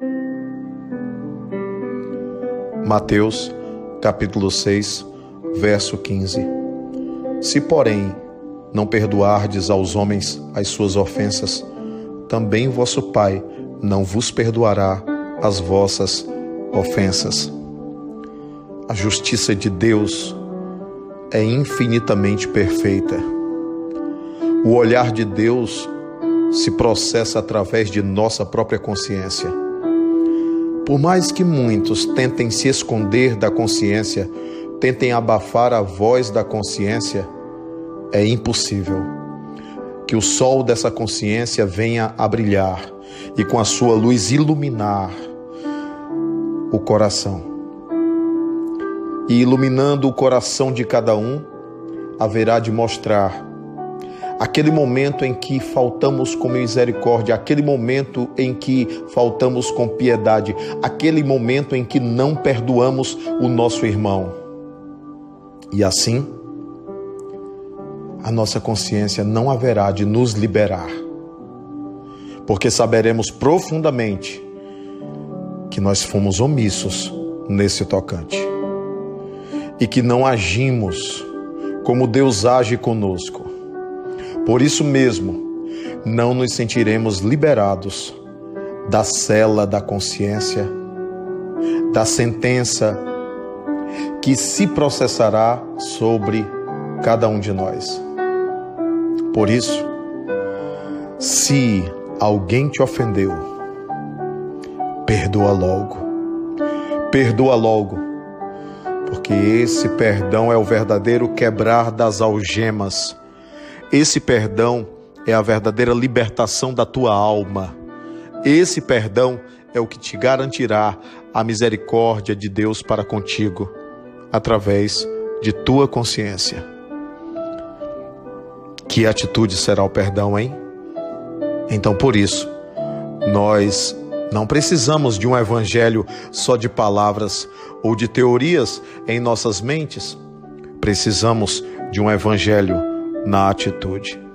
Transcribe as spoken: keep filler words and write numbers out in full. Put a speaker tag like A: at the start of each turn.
A: Mateus, capítulo seis, verso quinze. Se, porém, não perdoardes aos homens as suas ofensas, também vosso Pai não vos perdoará as vossas ofensas. A justiça de Deus é infinitamente perfeita. O olhar de Deus se processa através de nossa própria consciência. Por mais que muitos tentem se esconder da consciência, tentem abafar a voz da consciência, é impossível que o sol dessa consciência venha a brilhar e com a sua luz iluminar o coração. E iluminando o coração de cada um, haverá de mostrar aquele momento em que faltamos com misericórdia, aquele momento em que faltamos com piedade, aquele momento em que não perdoamos o nosso irmão. E assim, a nossa consciência não haverá de nos liberar, porque saberemos profundamente que nós fomos omissos nesse tocante e que não agimos como Deus age conosco. Por isso mesmo, não nos sentiremos liberados da cela da consciência, da sentença que se processará sobre cada um de nós. Por isso, se alguém te ofendeu, perdoa logo. Perdoa logo, porque esse perdão é o verdadeiro quebrar das algemas. Esse perdão é a verdadeira libertação da tua alma. Esse perdão é o que te garantirá a misericórdia de Deus para contigo, através de tua consciência. Que atitude será o perdão, hein? Então, por isso, nós não precisamos de um evangelho só de palavras ou de teorias em nossas mentes. Precisamos de um evangelho na atitude.